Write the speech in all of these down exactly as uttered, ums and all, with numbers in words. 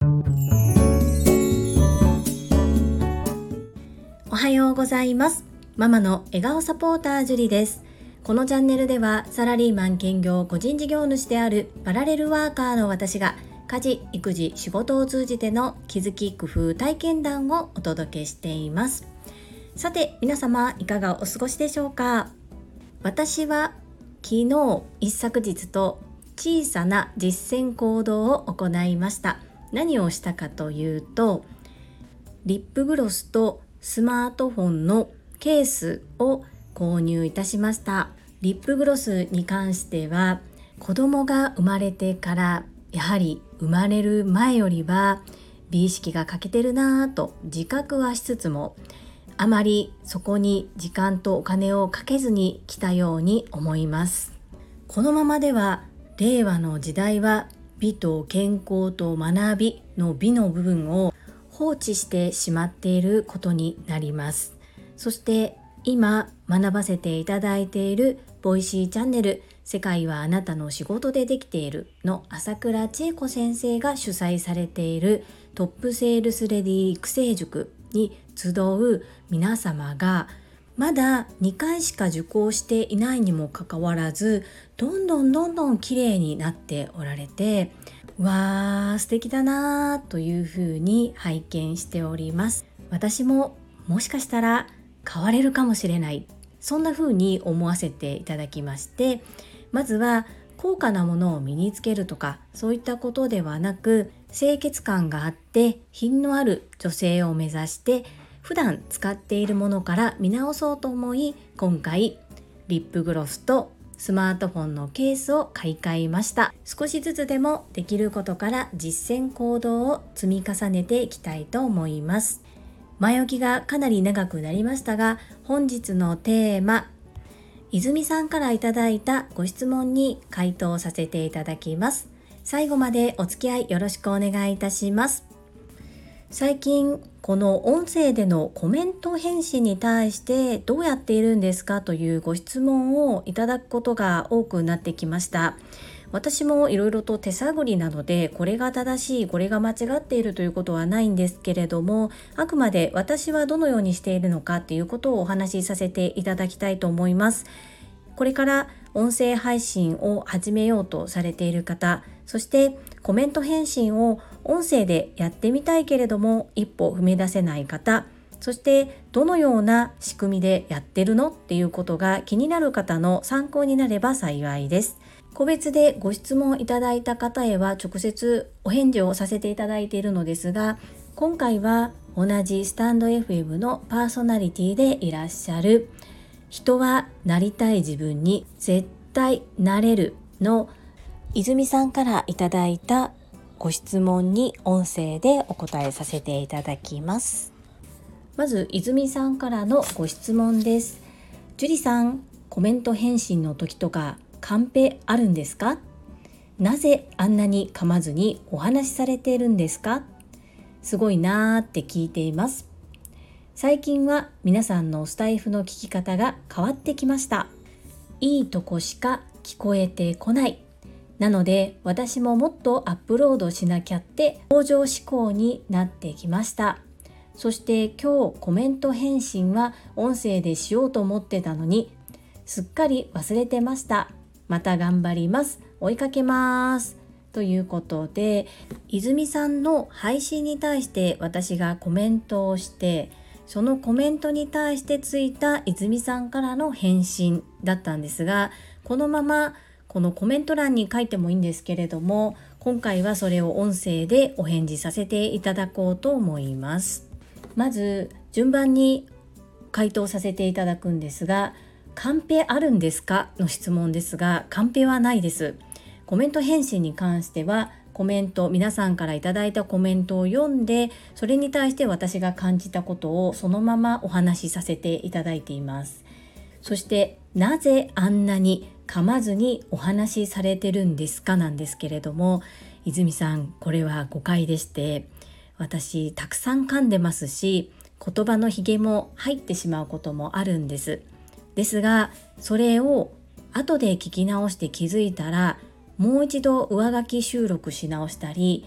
おはようございます。ママの笑顔サポータージュリです。このチャンネルではサラリーマン兼業個人事業主であるパラレルワーカーの私が家事、育児、仕事を通じての気づき、工夫、体験談をお届けしています。さて皆様いかがお過ごしでしょうか。私は昨日一昨日と小さな実践行動を行いました。何をしたかというと、リップグロスとスマートフォンのケースを購入いたしました。リップグロスに関しては子供が生まれてからやはり生まれる前よりは美意識が欠けてるなぁと自覚はしつつも、あまりそこに時間とお金をかけずに来たように思います。このままでは令和の時代は美と健康と学びの美の部分を放置してしまっていることになります。そして今学ばせていただいているボイシーチャンネル、世界はあなたの仕事でできているの朝倉千恵子先生が主催されているトップセールスレディ育成塾に集う皆様がまだにかいしか受講していないにもかかわらず、どんどんどんどん綺麗になっておられて、わー素敵だなというふうに拝見しております。私ももしかしたら変われるかもしれない、そんなふうに思わせていただきまして、まずは高価なものを身につけるとかそういったことではなく、清潔感があって品のある女性を目指して普段使っているものから見直そうと思い、今回リップグロスとスマートフォンのケースを買い替えました。少しずつでもできることから実践行動を積み重ねていきたいと思います。前置きがかなり長くなりましたが、本日のテーマ、泉さんからいただいたご質問に回答させていただきます。最後までお付き合いよろしくお願いいたします。最近この音声でのコメント返信に対してどうやっているんですかというご質問をいただくことが多くなってきました。私もいろいろと手探りなので、これが正しいこれが間違っているということはないんですけれども、あくまで私はどのようにしているのかということをお話しさせていただきたいと思います。これから音声配信を始めようとされている方、そしてコメント返信を音声でやってみたいけれども一歩踏み出せない方、そしてどのような仕組みでやってるのっていうことが気になる方の参考になれば幸いです。個別でご質問いただいた方へは直接お返事をさせていただいているのですが、今回は同じスタンド エフエム のパーソナリティでいらっしゃる人はなりたい自分に絶対なれるの泉さんからいただいたご質問に音声でお答えさせていただきます。まず泉さんからのご質問です。ジュリさん、コメント返信の時とかカンペあるんですか？なぜあんなに噛まずにお話しされているんですか？すごいなーって聞いています。最近は皆さんのスタイフの聞き方が変わってきました。いいとこしか聞こえてこない。なので私ももっとアップロードしなきゃって向上志向になってきました。そして今日コメント返信は音声でしようと思ってたのにすっかり忘れてました。また頑張ります。追いかけます。ということで、泉さんの配信に対して私がコメントをして、そのコメントに対してついた泉さんからの返信だったんですが、このままこのコメント欄に書いてもいいんですけれども、今回はそれを音声でお返事させていただこうと思います。まず順番に回答させていただくんですが、カンペあるんですかの質問ですが、カンペはないです。コメント返信に関してはコメント、皆さんからいただいたコメントを読んで、それに対して私が感じたことをそのままお話しさせていただいています。そしてなぜあんなに噛まずにお話しされてるんですかなんですけれども、泉さん、これは誤解でして、私たくさん噛んでますし、言葉のひげも入ってしまうこともあるんです。ですが、それを後で聞き直して気づいたら、もう一度上書き収録し直したり、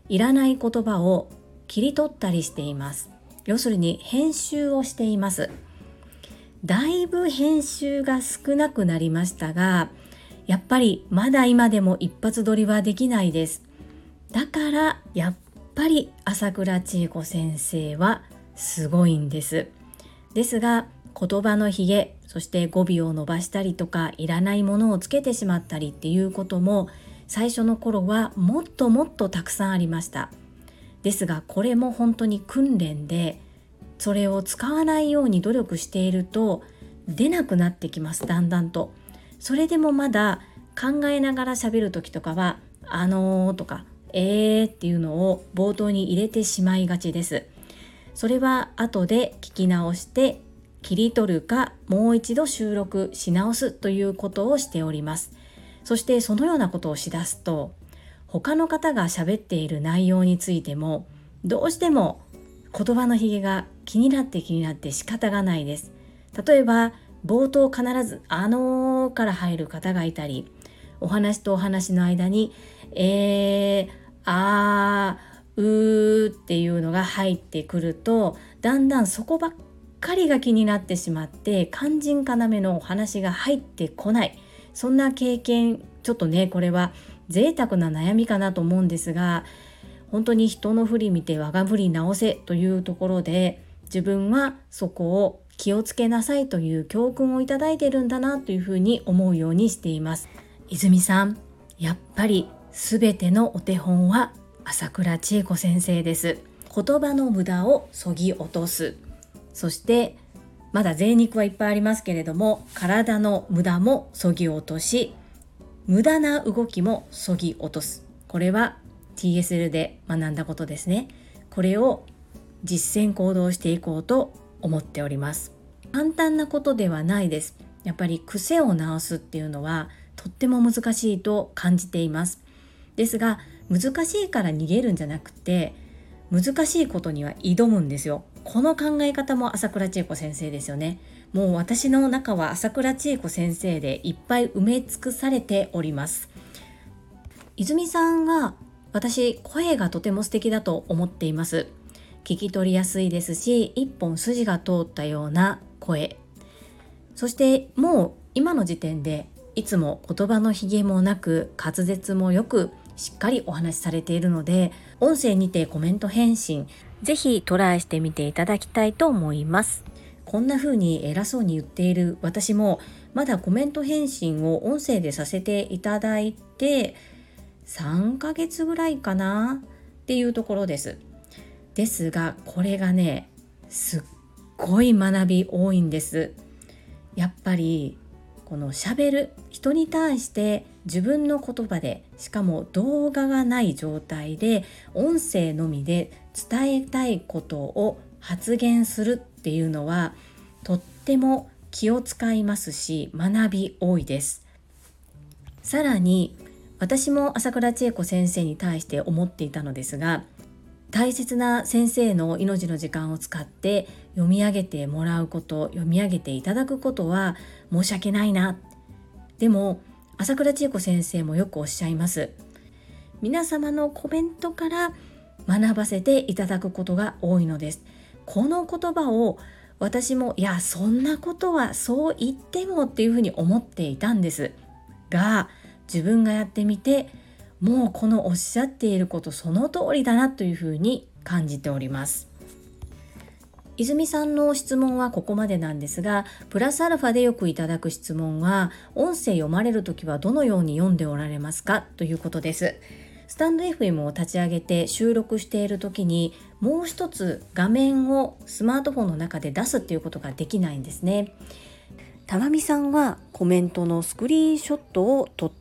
いらない言葉を切り取ったりしています。要するに編集をしています。だいぶ編集が少なくなりましたが、やっぱりまだ今でも一発撮りはできないです。だからやっぱり朝倉千恵子先生はすごいんです。ですが言葉のひげ、そして語尾を伸ばしたりとか、いらないものをつけてしまったりっていうことも最初の頃はもっともっとたくさんありました。ですがこれも本当に訓練で、それを使わないように努力していると出なくなってきます。だんだんと。それでもまだ考えながら喋る時とかはあのーとかえーっていうのを冒頭に入れてしまいがちです。それは後で聞き直して切り取るか、もう一度収録し直すということをしております。そしてそのようなことをしだすと、他の方が喋っている内容についてもどうしても言葉のひげが気になって気になって仕方がないです。例えば冒頭必ずあのーから入る方がいたり、お話とお話の間にえー、あー、うーっていうのが入ってくると、だんだんそこばっかりが気になってしまって、肝心要のお話が入ってこない。そんな経験、ちょっとね、これは贅沢な悩みかなと思うんですが、本当に人の振り見て我が振り直せというところで、自分はそこを気をつけなさいという教訓をいただいているんだなというふうに思うようにしています。泉さん、やっぱりすべてのお手本は朝倉千恵子先生です。言葉の無駄をそぎ落とす。そしてまだ贅肉はいっぱいありますけれども、体の無駄もそぎ落とし、無駄な動きもそぎ落とす。これは ティーエスエル で学んだことですね。これを実践行動していこうと思っております。簡単なことではないです。やっぱり癖を直すっていうのはとっても難しいと感じています。ですが難しいから逃げるんじゃなくて、難しいことには挑むんですよ。この考え方も朝倉千恵子先生ですよね。もう私の中は朝倉千恵子先生でいっぱい埋め尽くされております。泉さんは私声がとても素敵だと思っています。聞き取りやすいですし、一本筋が通ったような声、そしてもう今の時点でいつも言葉のひげもなく滑舌もよくしっかりお話しされているので、音声にてコメント返信ぜひトライしてみていただきたいと思います。こんな風に偉そうに言っている私もまだコメント返信を音声でさせていただいてさんかげつぐらいかなっていうところです。ですがこれがね、すっごい学び多いんです。やっぱりこの喋る人に対して自分の言葉で、しかも動画がない状態で音声のみで伝えたいことを発言するっていうのはとっても気を使いますし、学び多いです。さらに私も朝倉千恵子先生に対して思っていたのですが、大切な先生の命の時間を使って読み上げてもらうこと、読み上げていただくことは申し訳ないな。でも朝倉千恵子先生もよくおっしゃいます。皆様のコメントから学ばせていただくことが多いのです。この言葉を私も、いやそんなことはそう言ってもっていうふうに思っていたんですが、自分がやってみて、もうこのおっしゃっていることその通りだなというふうに感じております。泉さんの質問はここまでなんですが、プラスアルファでよくいただく質問は、音声読まれるときはどのように読んでおられますかということです。スタンド エフエム を立ち上げて収録しているときに、もう一つ画面をスマートフォンの中で出すっていうことができないんですね。たまみさんはコメントのスクリーンショットを撮って、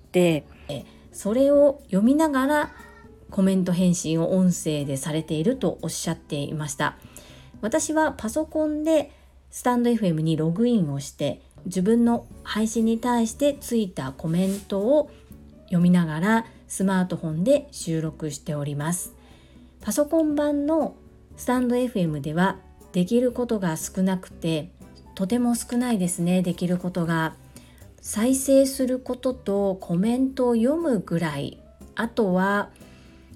それを読みながらコメント返信を音声でされているとおっしゃっていました。私はパソコンでスタンド エフエム にログインをして、自分の配信に対してついたコメントを読みながらスマートフォンで収録しております。パソコン版のスタンド エフエム ではできることが少なくて、とても少ないですね。できることが再生することとコメントを読むぐらい、あとは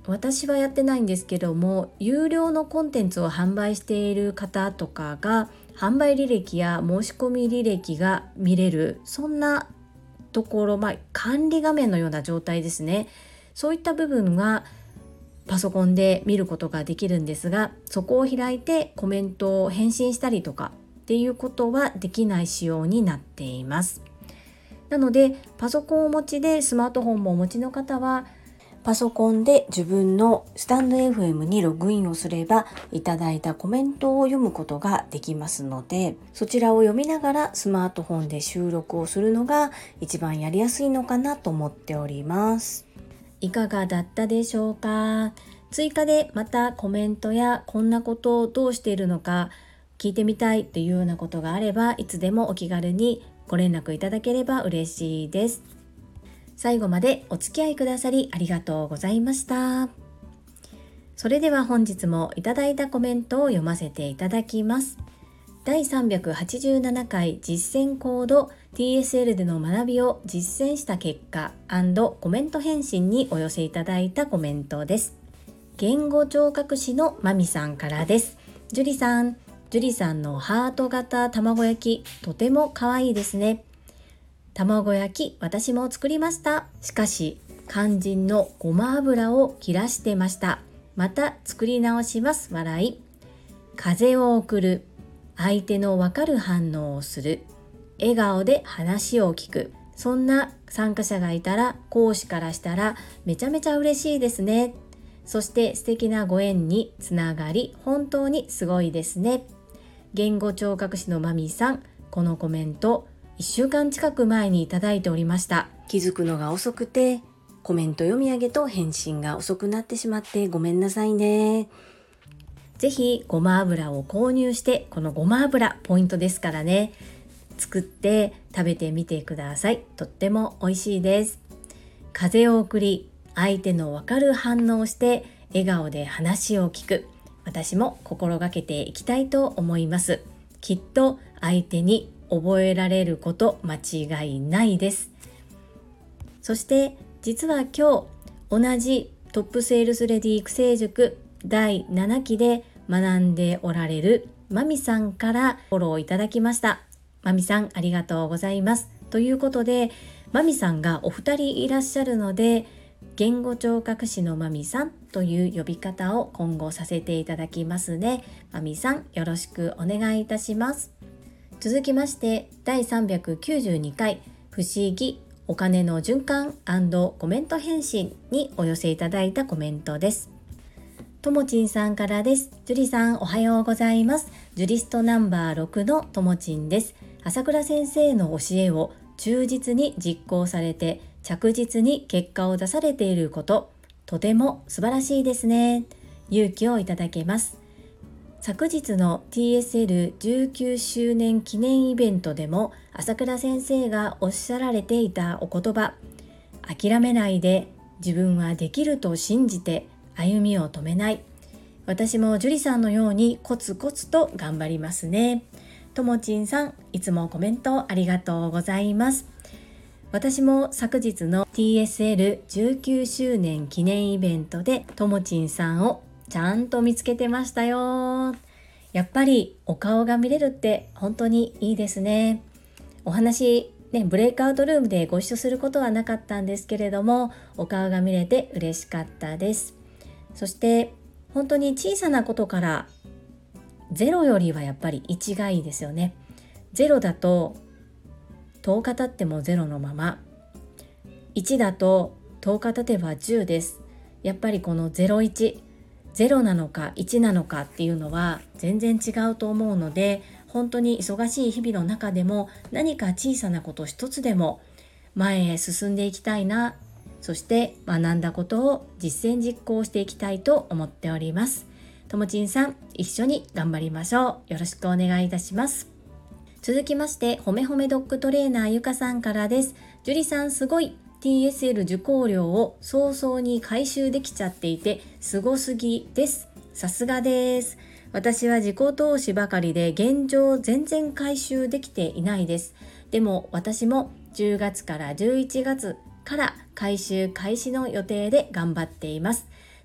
私はやってないんですけども、有料のコンテンツを販売している方とかが販売履歴や申し込み履歴が見れる、そんなところ、まあ、管理画面のような状態ですね。そういった部分がパソコンで見ることができるんですが、そこを開いてコメントを返信したりとかっていうことはできない仕様になっています。なのでパソコンをお持ちでスマートフォンもお持ちの方は、パソコンで自分のスタンド エフエム にログインをすれば、いただいたコメントを読むことができますので、そちらを読みながらスマートフォンで収録をするのが一番やりやすいのかなと思っております。いかがだったでしょうか。追加でまたコメントやこんなことをどうしているのか聞いてみたいというようなことがあれば、いつでもお気軽にご連絡いただければ嬉しいです。最後までお付き合いくださりありがとうございました。それでは本日もいただいたコメントを読ませていただきます。だいさんびゃくはちじゅうななかい実践コード ティーエスエル での学びを実践した結果&コメント返信にお寄せいただいたコメントです。言語聴覚士のまみさんからです。ジュリさん、ジュリさんのハート型卵焼き、とても可愛いですね。卵焼き、私も作りました。しかし、肝心のごま油を切らしてました。また作り直します。笑い。風を送る。相手のわかる反応をする。笑顔で話を聞く。そんな参加者がいたら、講師からしたらめちゃめちゃ嬉しいですね。そして素敵なご縁につながり、本当にすごいですね。言語聴覚士のまみさん、このコメント、いっしゅうかん近く前にいただいておりました。気づくのが遅くて、コメント読み上げと返信が遅くなってしまってごめんなさいね。ぜひごま油を購入して、このごま油ポイントですからね、作って食べてみてください。とっても美味しいです。風を送り、相手のわかる反応をして笑顔で話を聞く。私も心がけていきたいと思います。きっと相手に覚えられること間違いないです。そして実は今日同じトップセールスレディ育成塾だいななきで学んでおられるまみさんからフォローいただきました。まみさんありがとうございます。ということで、まみさんがお二人いらっしゃるので、言語聴覚士のまみさんという呼び方を今後させていただきますね。まみさんよろしくお願いいたします。続きましてだいさんびゃくきゅうじゅうにかい不思議お金の循環&コメント返信にお寄せいただいたコメントです。ともちんさんからです。ジュリさんおはようございます。ジュリストナンバーろくのともちんです。朝倉先生の教えを忠実に実行されて着実に結果を出されていること、とても素晴らしいですね。勇気をいただけます。昨日の ティーエスエルじゅうきゅうしゅうねん記念イベントでも朝倉先生がおっしゃられていたお言葉、諦めないで自分はできると信じて歩みを止めない。私もジュリさんのようにコツコツと頑張りますね。ともちんさん、いつもコメントありがとうございます。私も昨日の ティーエスエルじゅうきゅうしゅうねん記念イベントでともちんさんをちゃんと見つけてましたよ。やっぱりお顔が見れるって本当にいいですね。お話ね、ブレイクアウトルームでご一緒することはなかったんですけれども、お顔が見れて嬉しかったです。そして本当に小さなことから、ゼロよりはやっぱりいちがいいですよね。ゼロだととおか経ってもゼロのまま、いちだととおか経てばじゅうです。やっぱりこのゼロいち、ゼロなのかいちなのかっていうのは全然違うと思うので、本当に忙しい日々の中でも何か小さなこと一つでも前へ進んでいきたいな、そして学んだことを実践実行していきたいと思っております。ともちんさん、一緒に頑張りましょう。よろしくお願いいたします。続きまして、ほめほめドッグトレーナーゆかさんからです。ジュリさんすごい。ティーエスエル 受講料を早々に回収できちゃっていてすごすぎです。さすがです。私は自己投資ばかりで現状全然回収できていないです。でも私もじゅうがつからじゅういちがつから回収開始の予定で頑張っています。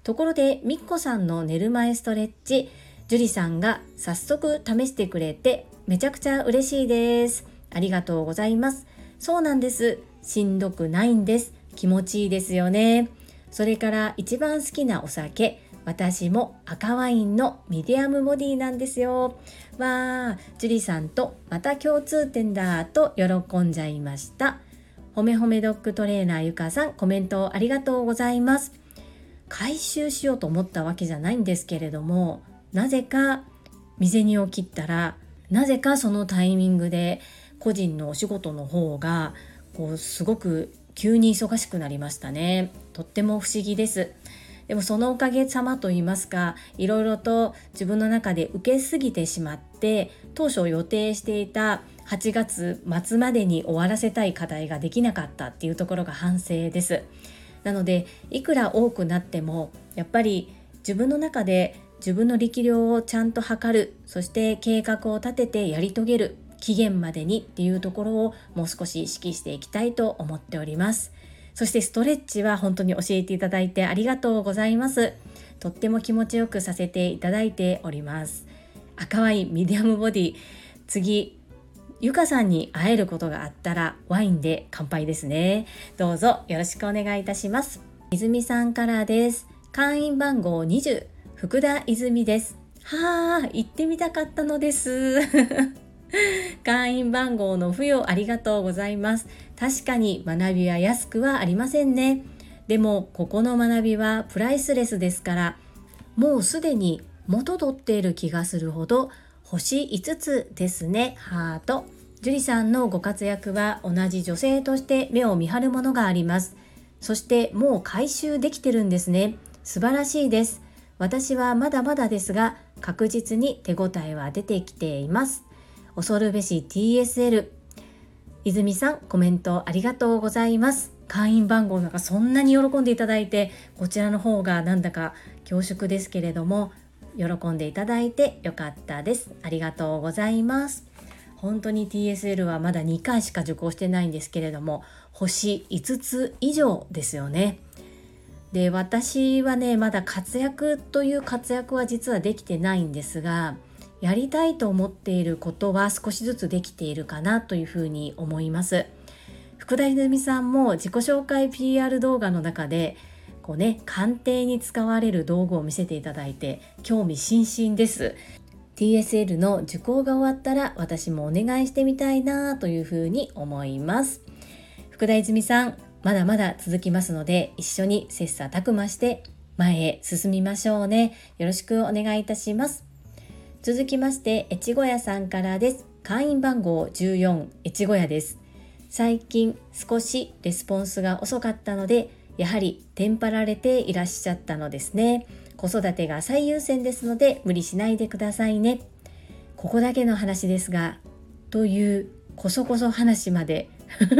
ところでみっこさんの寝る前ストレッチ、ジュリさんが早速試してくれてめちゃくちゃ嬉しいです。ありがとうございます。そうなんです。しんどくないんです。気持ちいいですよね。それから一番好きなお酒、私も赤ワインのミディアムボディなんですよ。わー、ジュリさんとまた共通点だと喜んじゃいました。ほめほめドッグトレーナーゆかさん、コメントありがとうございます。回収しようと思ったわけじゃないんですけれども、なぜか身銭を切ったら、なぜかそのタイミングで個人のお仕事の方がこうすごく急に忙しくなりましたね。とっても不思議です。でもそのおかげさまといいますか、いろいろと自分の中で受けすぎてしまって、当初予定していたはちがつ末までに終わらせたい課題ができなかったっていうところが反省です。なのでいくら多くなってもやっぱり自分の中で自分の力量をちゃんと測る、そして計画を立ててやり遂げる、期限までにっていうところをもう少し意識していきたいと思っております。そしてストレッチは本当に教えていただいてありがとうございます。とっても気持ちよくさせていただいております。赤ワインミディアムボディ、次ゆかさんに会えることがあったらワインで乾杯ですね。どうぞよろしくお願いいたします。泉さんからです。会員番号にじゅう、福田泉です。はー、行ってみたかったのです会員番号の付与ありがとうございます。確かに学びは安くはありませんね。でもここの学びはプライスレスですから、もうすでに元取っている気がするほど星いつつですね。ハート。ジュリさんのご活躍は同じ女性として目を見張るものがあります。そしてもう回収できてるんですね。素晴らしいです。私はまだまだですが確実に手応えは出てきています。恐るべし ティーエスエル。 泉さん、コメントありがとうございます。会員番号なんかそんなに喜んでいただいて、こちらの方がなんだか恐縮ですけれども、喜んでいただいてよかったです。ありがとうございます。本当に ティーエスエル はまだにかいしか受講してないんですけれども、星いつつ以上ですよね。で、私はね、まだ活躍という活躍は実はできてないんですが、やりたいと思っていることは少しずつできているかなというふうに思います。福田泉さんも自己紹介 ピーアール 動画の中でこうね、鑑定に使われる道具を見せていただいて興味津々です。 ティーエスエル の受講が終わったら私もお願いしてみたいなというふうに思います。福田泉さん、まだまだ続きますので、一緒に切磋琢磨して前へ進みましょうね。よろしくお願いいたします。続きまして越後屋さんからです。会員番号じゅうよん、越後屋です。最近少しレスポンスが遅かったので、やはりテンパられていらっしゃったのですね。子育てが最優先ですので無理しないでくださいね。ここだけの話ですが、というこそこそ話まで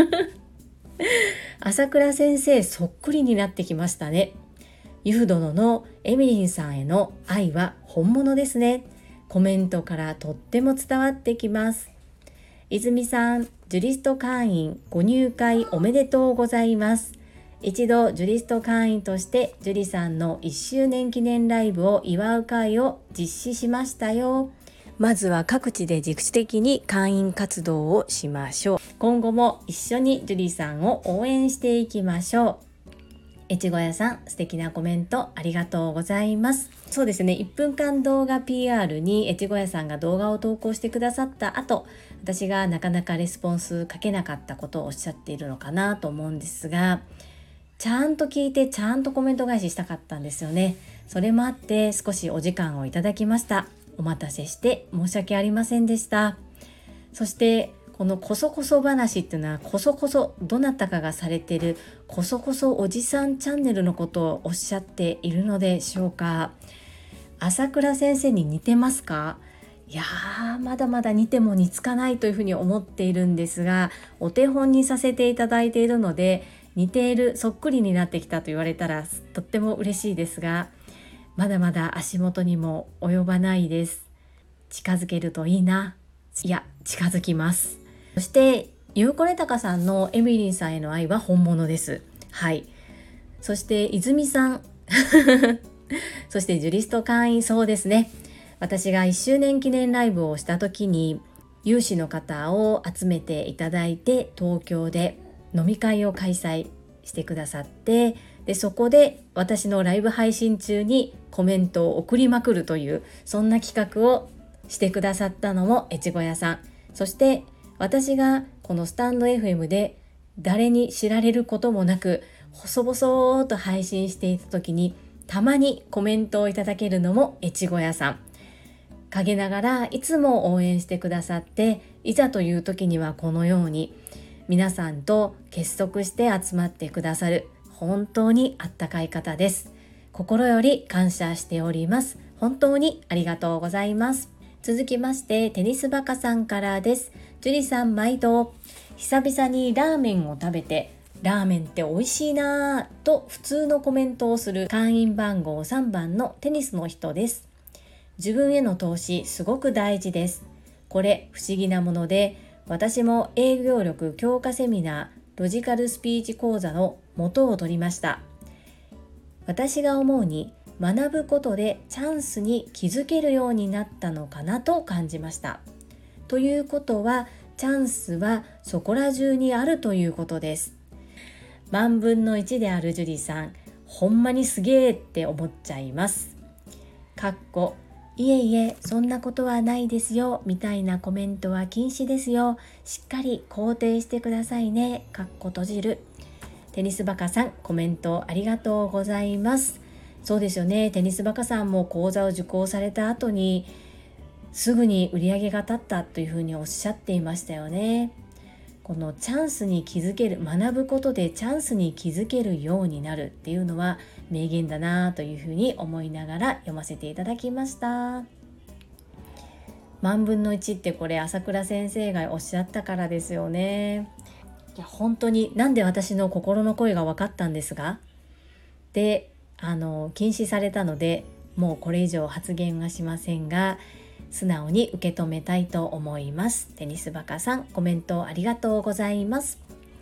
朝倉先生そっくりになってきましたね。ユフ殿のエミリンさんへの愛は本物ですね。コメントからとっても伝わってきます。泉さん、ジュリスト会員ご入会おめでとうございます。一度ジュリスト会員としてジュリさんのいっしゅうねん記念ライブを祝う会を実施しましたよ。まずは各地で自主的に会員活動をしましょう。今後も一緒にジュリさんを応援していきましょう。越後屋さん、素敵なコメントありがとうございます。そうですね、いっぷんかん動画 ピーアール に越後屋さんが動画を投稿してくださった後、私がなかなかレスポンスかけなかったことをおっしゃっているのかなと思うんですが、ちゃんと聞いてちゃんとコメント返ししたかったんですよね。それもあって少しお時間をいただきました。お待たせして申し訳ありませんでした。そしてこのこそこそ話っていうのは、こそこそどなたかがされているこそこそおじさんチャンネルのことをおっしゃっているのでしょうか。朝倉先生に似てますか？いやー、まだまだ似ても似つかないというふうに思っているんですが、お手本にさせていただいているので、似ている、そっくりになってきたと言われたらとっても嬉しいですが、まだまだ足元にも及ばないです。近づけるといいな。いや、近づきます。そしてゆうこれたかさんのエミリンさんへの愛は本物です。はい。そして泉さんそしてジュリスト会員、そうですね。私がいっしゅうねん記念ライブをした時に有志の方を集めていただいて、東京で飲み会を開催してくださって、でそこで私のライブ配信中にコメントを送りまくるという、そんな企画をしてくださったのも越後屋さん。そして私がこのスタンド エフエム で誰に知られることもなく細々と配信していた時に、たまにコメントをいただけるのも越後屋さん。陰ながらいつも応援してくださって、いざという時にはこのように皆さんと結束して集まってくださる、本当にあったかい方です。心より感謝しております。本当にありがとうございます。続きましてテニスバカさんからです。ジュリさん、毎度久々にラーメンを食べて、ラーメンって美味しいなぁと普通のコメントをする会員番号さんばんのテニスの人です。自分への投資すごく大事です。これ不思議なもので、私も営業力強化セミナーロジカルスピーチ講座の元を取りました。私が思うに、学ぶことでチャンスに気づけるようになったのかなと感じました。ということは、チャンスはそこら中にあるということです。万分の一であるジュリさん、ほんまにすげーって思っちゃいます。かっこいえいえ、そんなことはないですよみたいなコメントは禁止ですよ。しっかり肯定してくださいね。かっこ閉じる。テニスバカさん、コメントありがとうございます。そうですよね。テニスバカさんも講座を受講された後にすぐに売り上げが立ったというふうにおっしゃっていましたよね。このチャンスに気づける、学ぶことでチャンスに気づけるようになるっていうのは名言だなというふうに思いながら読ませていただきました。万分の一ってこれ朝倉先生がおっしゃったからですよね。いや本当に、なんで私の心の声が分かったんですが、であの禁止されたのでもうこれ以上発言はしませんが、素直に受け止めたいと思います。テニスバカさん、コメントありがとうございます。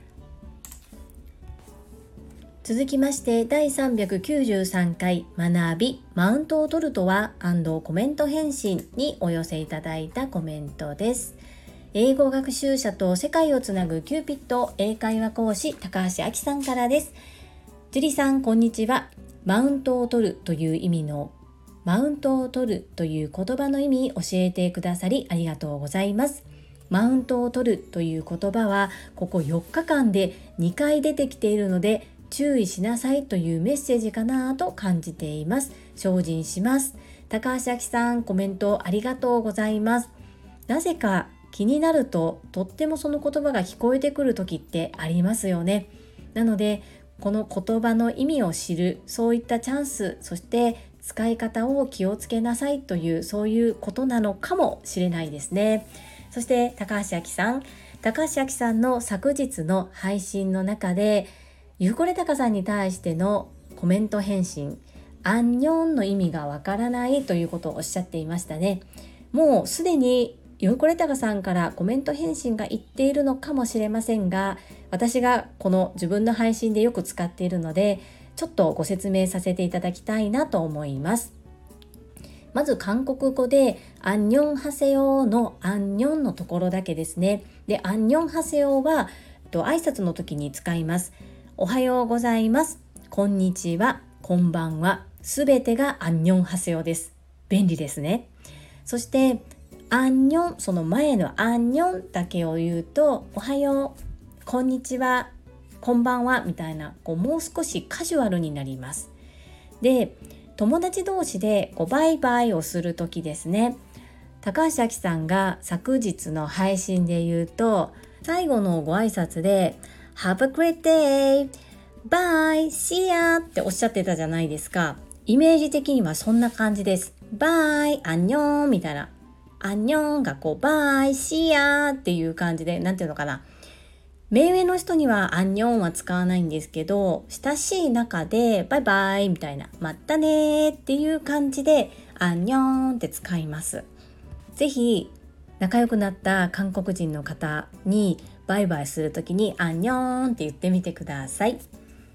続きましてだいさんびゃくきゅうじゅうさんかい学びマウントを取るとは&コメント返信にお寄せいただいたコメントです。英語学習者と世界をつなぐキューピット英会話講師高橋明さんからです。ジュリさん、こんにちは。マウントを取るという意味のマウントを取るという言葉の意味教えてくださりありがとうございます。マウントを取るという言葉はここよっかかんでにかい出てきているので、注意しなさいというメッセージかなと感じています。精進します。高橋明さん、コメントありがとうございます。なぜか気になるととってもその言葉が聞こえてくる時ってありますよね。なのでこの言葉の意味を知る、そういったチャンス、そして使い方を気をつけなさいという、そういうことなのかもしれないですね。そして高橋明さん、高橋明さんの昨日の配信の中でゆうこれたかさんに対してのコメント返信、アンニョンの意味がわからないということをおっしゃっていましたね。もうすでにゆうこれたかさんからコメント返信が言っているのかもしれませんが、私がこの自分の配信でよく使っているので、ちょっとご説明させていただきたいなと思います。まず韓国語でアンニョンハセヨのアンニョンのところだけですね。で、アンニョンハセヨはと挨拶の時に使います。おはようございます、こんにちは、こんばんは、すべてがアンニョンハセヨです。便利ですね。そしてアンニョン、その前のアンニョンだけを言うと、おはよう、こんにちは、こんばんはみたいな、こうもう少しカジュアルになります。で、友達同士でこうバイバイをするときですね。高橋明さんが昨日の配信で言うと、最後のご挨拶でHave a great day! Bye! See ya! っておっしゃってたじゃないですか。イメージ的にはそんな感じです。Bye! アンニョンみたいな。アンニョンがこう Bye! See ya! っていう感じで、なんていうのかな。目上の人にはアンニョンは使わないんですけど、親しい中でバイバイみたいな、またねっていう感じでアンニョンって使います。ぜひ仲良くなった韓国人の方にバイバイするときにアンニョンって言ってみてください。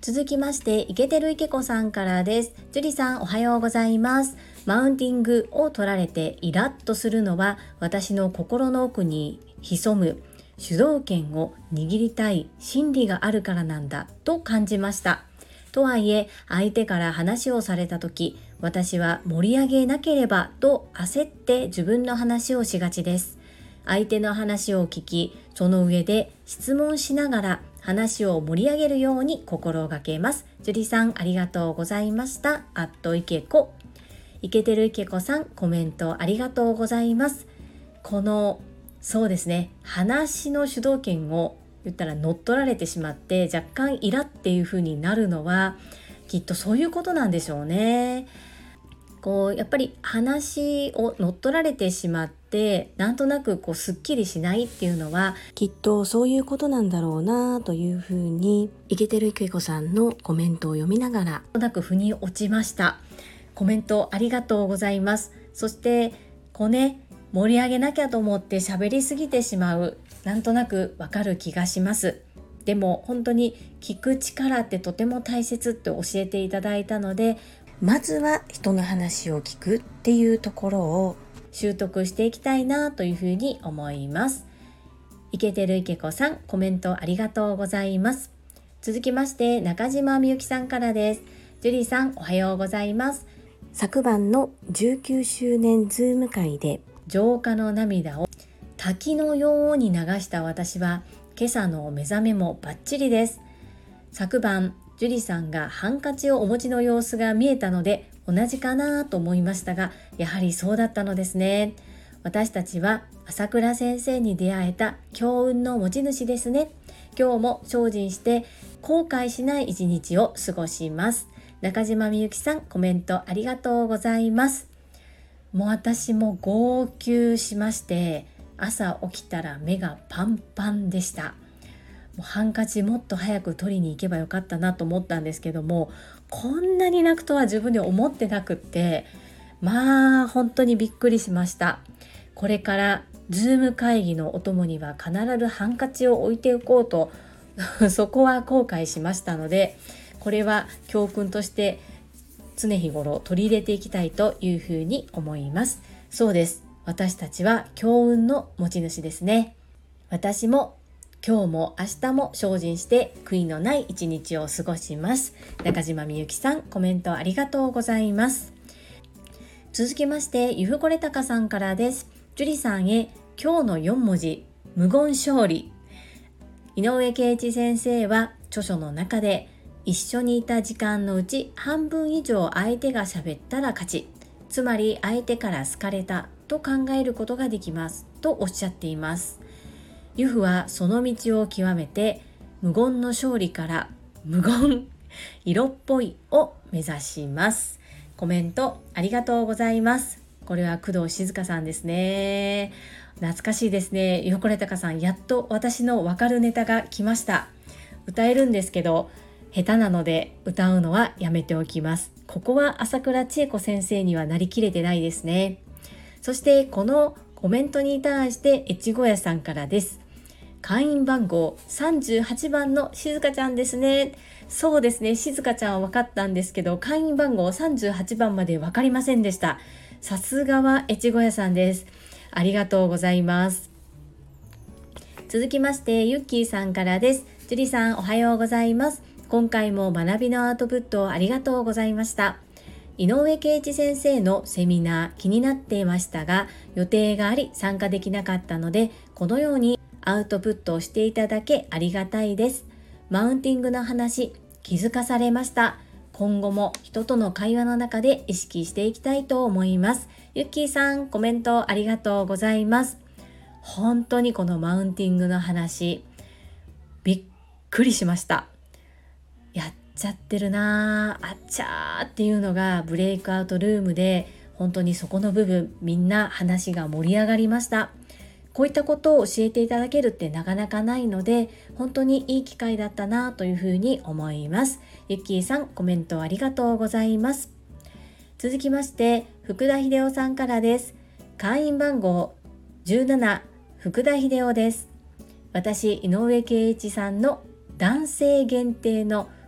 続きまして、イケてるイケ子さんからです。ジュリさん、おはようございます。マウンティングを取られてイラッとするのは、私の心の奥に潜む主導権を握りたい心理があるからなんだと感じました。とはいえ、相手から話をされたとき、私は盛り上げなければと焦って自分の話をしがちです。相手の話を聞き、その上で質問しながら話を盛り上げるように心がけます。ジュリさん、ありがとうございました。あっといけこ。いけてるいけこさん、コメントありがとうございます。この、そうですね、話の主導権を言ったら乗っ取られてしまって若干イラっていう風になるのは、きっとそういうことなんでしょうね。こうやっぱり話を乗っ取られてしまってなんとなくこうすっきりしないっていうのはきっとそういうことなんだろうなというふうにイケてるイケ子さんのコメントを読みながらなんとなく腑に落ちました。コメントありがとうございます。そしてこうね盛り上げなきゃと思って喋りすぎてしまう、なんとなくわかる気がします。でも本当に聞く力ってとても大切って教えていただいたので、まずは人の話を聞くっていうところを習得していきたいなというふうに思います。イケてるイケ子さん、コメントありがとうございます。続きまして中島みゆきさんからです。ジュリーさん、おはようございます。昨晩のじゅうきゅうしゅうねんズーム会で浄化の涙を滝のように流した私は今朝の目覚めもバッチリです。昨晩ジュリさんがハンカチをお持ちの様子が見えたので同じかなと思いましたが、やはりそうだったのですね。私たちは朝倉先生に出会えた強運の持ち主ですね。今日も精進して後悔しない一日を過ごします。中島みゆきさん、コメントありがとうございます。もう私も号泣しまして、朝起きたら目がパンパンでした。もうハンカチもっと早く取りに行けばよかったなと思ったんですけども、こんなに泣くとは自分で思ってなくって、まあ本当にびっくりしました。これからズーム会議のお供には必ずハンカチを置いておこうとそこは後悔しましたので、これは教訓として常日頃取り入れていきたいというふうに思います。そうです。私たちは強運の持ち主ですね。私も今日も明日も精進して悔いのない一日を過ごします。中島みゆきさん、コメントありがとうございます。続きましてゆふこれたかさんからです。ジュリさんへ今日のよん文字、無言勝利。井上圭一先生は著書の中で、一緒にいた時間のうち半分以上相手が喋ったら勝ち、つまり相手から好かれたと考えることができますとおっしゃっています。ユフはその道を極めて無言の勝利から無言色っぽいを目指します。コメントありがとうございます。これは工藤静香さんですね。懐かしいですね。よこれたかさん、やっと私のわかるネタが来ました。歌えるんですけど下手なので歌うのはやめておきます。ここは朝倉千恵子先生にはなりきれてないですね。そしてこのコメントに対して越後屋さんからです。会員番号さんじゅうはちばんの静香ちゃんですね。そうですね、静香ちゃんは分かったんですけど、会員番号さんじゅうはちばんまで分かりませんでした。さすがは越後屋さんです。ありがとうございます。続きましてゆっきーさんからです。ジュリさん、おはようございます。今回も学びのアウトプットありがとうございました。井上圭一先生のセミナー気になっていましたが、予定があり参加できなかったので、このようにアウトプットをしていただけありがたいです。マウンティングの話、気づかされました。今後も人との会話の中で意識していきたいと思います。ゆっきーさん、コメントありがとうございます。本当にこのマウンティングの話、びっくりしました。やっちゃってるなあ、あっちゃーっていうのがブレイクアウトルームで、本当にそこの部分みんな話が盛り上がりました。こういったことを教えていただけるってなかなかないので、本当にいい機会だったなというふうに思います。ゆっきーさん、コメントありがとうございます。続きまして福田秀夫さんからです。会員番号じゅうなな、福田秀夫です。私井上圭一さんの男性限定の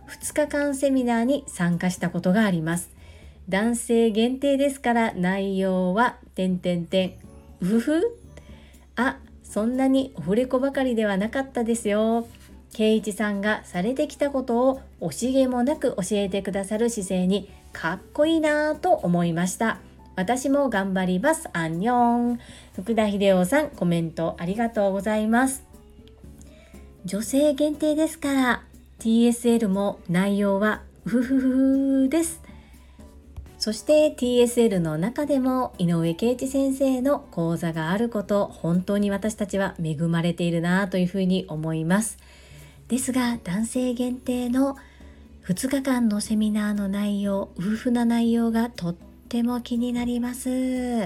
ふつかかんセミナーに参加したことがあります。男性限定ですから内容は点々点うふふあ、そんなにオフレコばかりではなかったですよ。圭一さんがされてきたことを惜しげもなく教えてくださる姿勢にかっこいいなぁと思いました。私も頑張ります。アンニョン。福田秀夫さん、コメントありがとうございます。女性限定ですから ティーエスエル も内容はうふふふです。そして ティーエスエル の中でも井上圭一先生の講座があること、本当に私たちは恵まれているなというふうに思います。ですが男性限定のふつかかんのセミナーの内容、夫婦な内容がとっても気になります。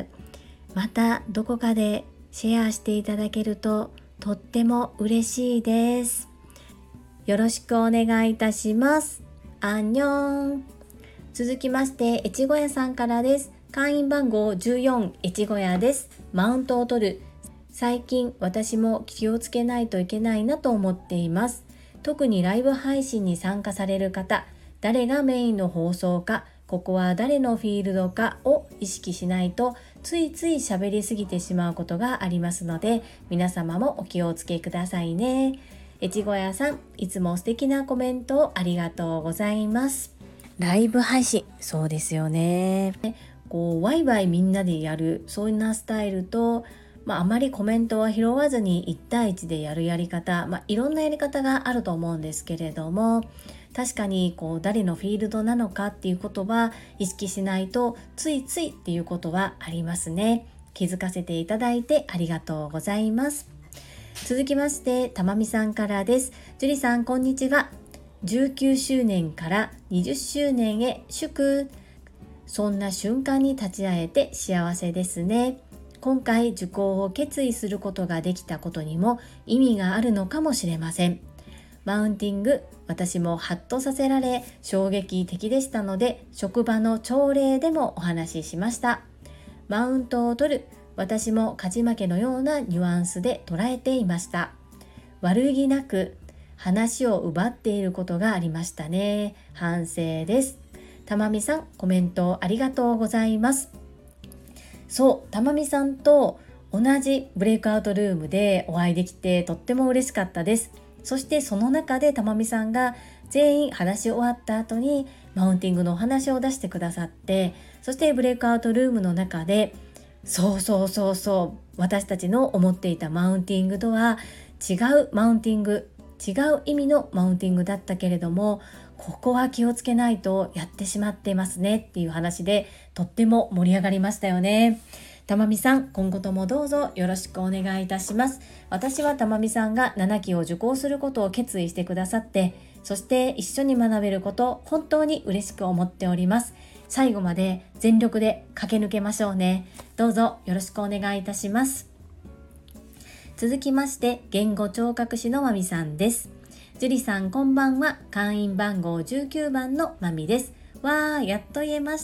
またどこかでシェアしていただけるととっても嬉しいです。よろしくお願いいたします。アンニョン。続きまして越後屋さんからです。会員番号じゅうよん、越後屋です。マウントを取る。最近私も気をつけないといけないなと思っています。特にライブ配信に参加される方、誰がメインの放送か、ここは誰のフィールドかを意識しないとついつい喋りすぎてしまうことがありますので、皆様もお気をつけくださいね。越後屋さん、いつも素敵なコメントをありがとうございます。ライブ配信、そうですよね。こうワイワイみんなでやる、そんなスタイルと、まあ、あまりコメントは拾わずにいち対いちでやるやり方、まあ、いろんなやり方があると思うんですけれども、確かにこう誰のフィールドなのかっていうことは意識しないとついついっていうことはありますね。気づかせていただいてありがとうございます。続きましてたまみさんからです。ジュリさんこんにちは。じゅうきゅうしゅうねんからにじゅっしゅうねんへ祝。そんな瞬間に立ち会えて幸せですね。今回受講を決意することができたことにも意味があるのかもしれません。マウンティング、私もハッとさせられ衝撃的でしたので、職場の朝礼でもお話ししました。マウントを取る、私も勝ち負けのようなニュアンスで捉えていました。悪気なく話を奪っていることがありましたね。反省です。たまみさん、コメントありがとうございます。そう、たまみさんと同じブレイクアウトルームでお会いできてとっても嬉しかったです。そしてその中でたまみさんが全員話し終わった後にマウンティングのお話を出してくださって、そしてブレイクアウトルームの中でそうそうそうそう私たちの思っていたマウンティングとは違うマウンティング、違う意味のマウンティングだったけれども、ここは気をつけないとやってしまっていますねっていう話でとっても盛り上がりましたよね。たまみさん、今後ともどうぞよろしくお願いいたします。私はたまみさんがななきを受講することを決意してくださって、そして一緒に学べること本当に嬉しく思っております。最後まで全力で駆け抜けましょうね。どうぞよろしくお願いいたします。続きまして言語聴覚士のまみさんです。ジュリさんこんばんは。会員番号じゅうきゅうばんのまみです。わー、やっと言えました。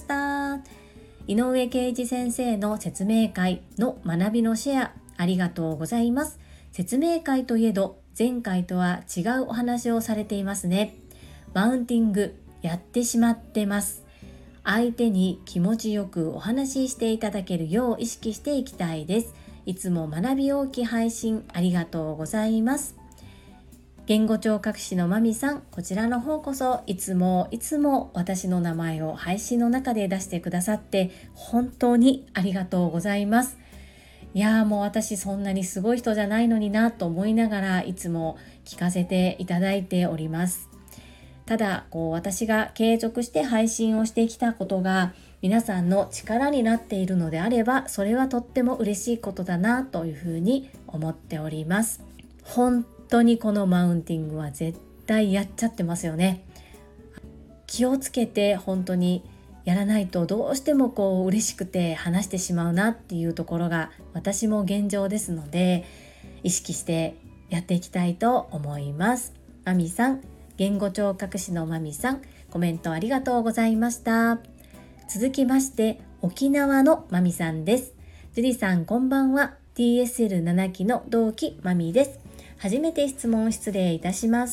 井上圭一先生の説明会の学びのシェアありがとうございます。説明会といえど前回とは違うお話をされていますね。マウンティングやってしまってます。相手に気持ちよくお話ししていただけるよう意識していきたいです。いつも学び大き配信ありがとうございます。言語聴覚士のまみさん、こちらの方こそいつもいつも私の名前を配信の中で出してくださって本当にありがとうございます。いやーもう私そんなにすごい人じゃないのになと思いながらいつも聞かせていただいております。ただこう私が継続して配信をしてきたことが皆さんの力になっているのであれば、それはとっても嬉しいことだなというふうに思っております。本当にこのマウンティングは絶対やっちゃってますよね。気をつけて本当にやらないとどうしてもこう嬉しくて話してしまうなっていうところが私も現状ですので、意識してやっていきたいと思います。まみさん、言語聴覚士のまみさん、コメントありがとうございました。続きまして沖縄のまみさんです。ジュリさんこんばんは。 ティーエスエルなな 期の同期まみです。初めて質問失礼いたします。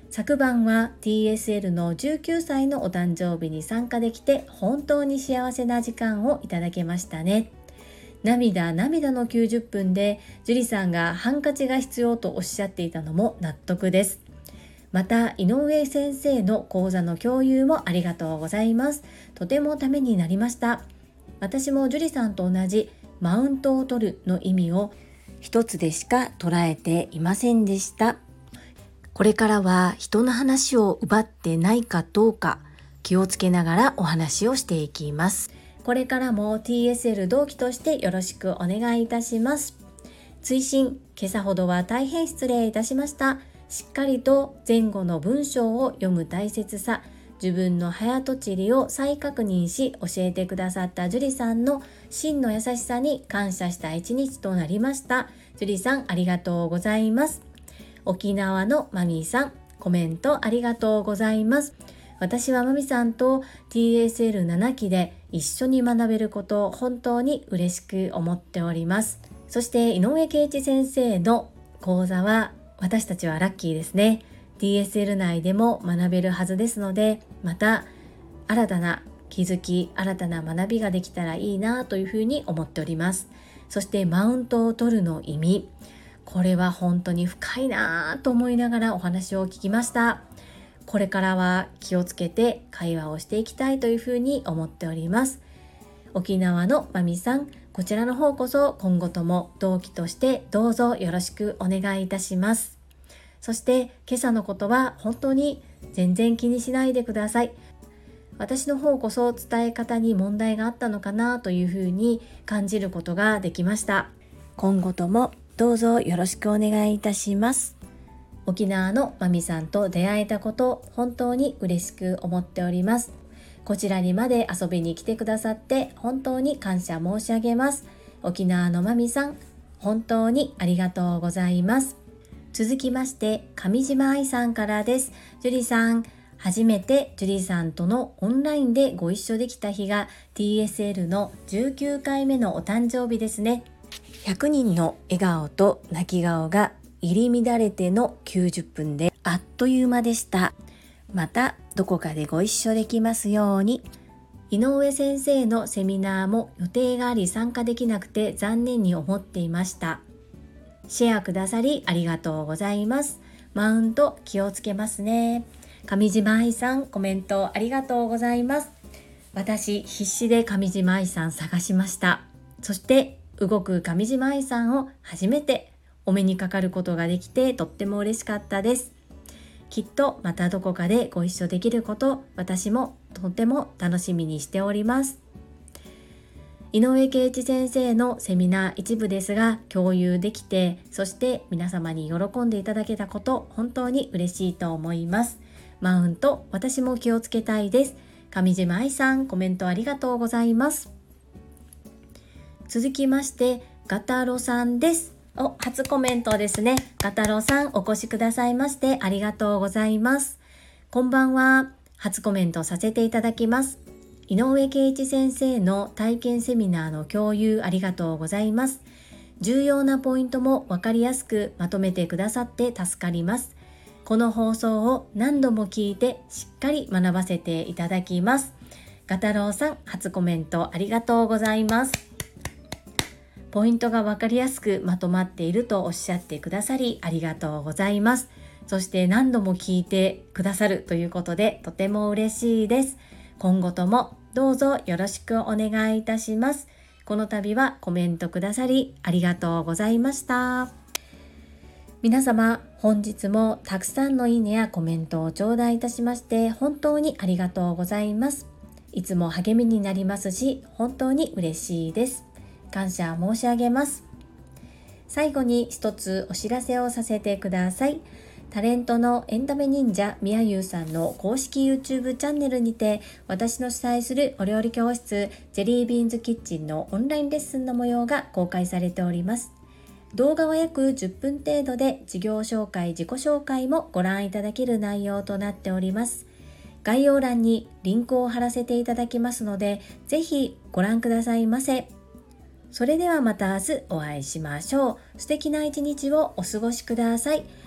昨晩は ティーエスエル のじゅうきゅうさいのお誕生日に参加できて本当に幸せな時間をいただけましたね。涙涙のきゅうじゅっぷんで樹里さんがハンカチが必要とおっしゃっていたのも納得です。また井上先生の講座の共有もありがとうございます。とてもためになりました。私も樹里さんと同じマウントを取るの意味を一つでしか捉えていませんでした。これからは人の話を奪ってないかどうか気をつけながらお話をしていきます。これからも ティーエスエル 同期としてよろしくお願いいたします。追伸、今朝ほどは大変失礼いたしました。しっかりと前後の文章を読む大切さ、自分の早とちりを再確認し教えてくださった樹里さんの真の優しさに感謝した一日となりました。樹里さんありがとうございます。沖縄のマミーさん、コメントありがとうございます。私はマミさんと ティーエスエルなな 期で一緒に学べることを本当に嬉しく思っております。そして井上圭一先生の講座は私たちはラッキーですね。 ティーエスエル 内でも学べるはずですので、また新たな気づき、新たな学びができたらいいなというふうに思っております。そしてマウントを取るの意味、これは本当に深いなと思いながらお話を聞きました。これからは気をつけて会話をしていきたいというふうに思っております。沖縄のまみさん、こちらの方こそ今後とも同期としてどうぞよろしくお願いいたします。そして今朝のことは本当に全然気にしないでください。私の方こそ伝え方に問題があったのかなというふうに感じることができました。今後ともどうぞよろしくお願いいたします。沖縄のまみさんと出会えたこと本当に嬉しく思っております。こちらにまで遊びに来てくださって本当に感謝申し上げます。沖縄のまみさん、本当にありがとうございます。続きまして上島愛さんからです。樹里さん、初めて樹里さんとのオンラインでご一緒できた日が ティーエスエル のじゅうきゅうかいめのお誕生日ですね。ひゃくにんの笑顔と泣き顔が入り乱れてのきゅうじゅっぷんであっという間でした。またどこかでご一緒できますように。井上先生のセミナーも予定があり参加できなくて残念に思っていました。シェアくださりありがとうございます。マウント気をつけますね。上島愛さん、コメントありがとうございます。私必死で上島愛さん探しました。そして動く上島愛さんを初めてお目にかかることができてとっても嬉しかったです。きっとまたどこかでご一緒できること、私もとても楽しみにしております。井上圭一先生のセミナー一部ですが共有できて、そして皆様に喜んでいただけたこと、本当に嬉しいと思います。マウント、私も気をつけたいです。上島愛さん、コメントありがとうございます。続きましてガタロさんです。お、初コメントですね。ガタロさん、お越しくださいましてありがとうございます。こんばんは。初コメントさせていただきます。井上圭一先生の体験セミナーの共有ありがとうございます。重要なポイントも分かりやすくまとめてくださって助かります。この放送を何度も聞いてしっかり学ばせていただきます。ガタロウさん、初コメントありがとうございます。ポイントが分かりやすくまとまっているとおっしゃってくださりありがとうございます。そして何度も聞いてくださるということでとても嬉しいです。今後ともどうぞよろしくお願いいたします。この度はコメントくださりありがとうございました。皆様本日もたくさんのいいねやコメントを頂戴いたしまして本当にありがとうございます。いつも励みになりますし本当に嬉しいです。感謝申し上げます。最後に一つお知らせをさせてください。タレントのエンタメ忍者みやゆうさんの公式 YouTube チャンネルにて私の主催するお料理教室ジェリービーンズキッチンのオンラインレッスンの模様が公開されております。動画は約じゅっぷん程度で事業紹介、自己紹介もご覧いただける内容となっております。概要欄にリンクを貼らせていただきますのでぜひご覧くださいませ。それではまた明日お会いしましょう。素敵な一日をお過ごしください。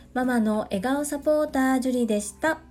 ママの笑顔サポータージュリでした。